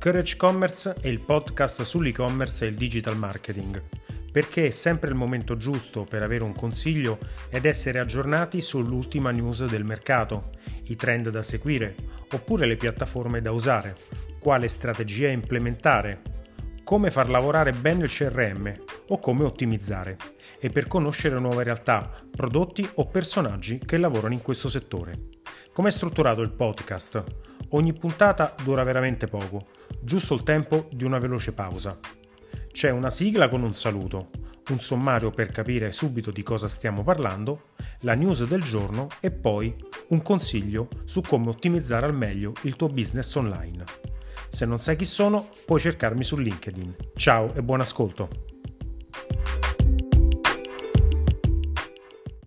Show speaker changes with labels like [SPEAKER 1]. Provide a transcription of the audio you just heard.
[SPEAKER 1] Courage Commerce è il podcast sull'e-commerce e il digital marketing, perché è sempre il momento giusto per avere un consiglio ed essere aggiornati sull'ultima news del mercato, i trend da seguire, oppure le piattaforme da usare, quale strategia implementare, come far lavorare bene il CRM o come ottimizzare, e per conoscere nuove realtà, prodotti o personaggi che lavorano in questo settore. Com'è strutturato il podcast? Ogni puntata dura veramente poco, giusto il tempo di una veloce pausa. C'è una sigla con un saluto, un sommario per capire subito di cosa stiamo parlando, la news del giorno e poi un consiglio su come ottimizzare al meglio il tuo business online. Se non sai chi sono, puoi cercarmi su LinkedIn. Ciao e buon ascolto!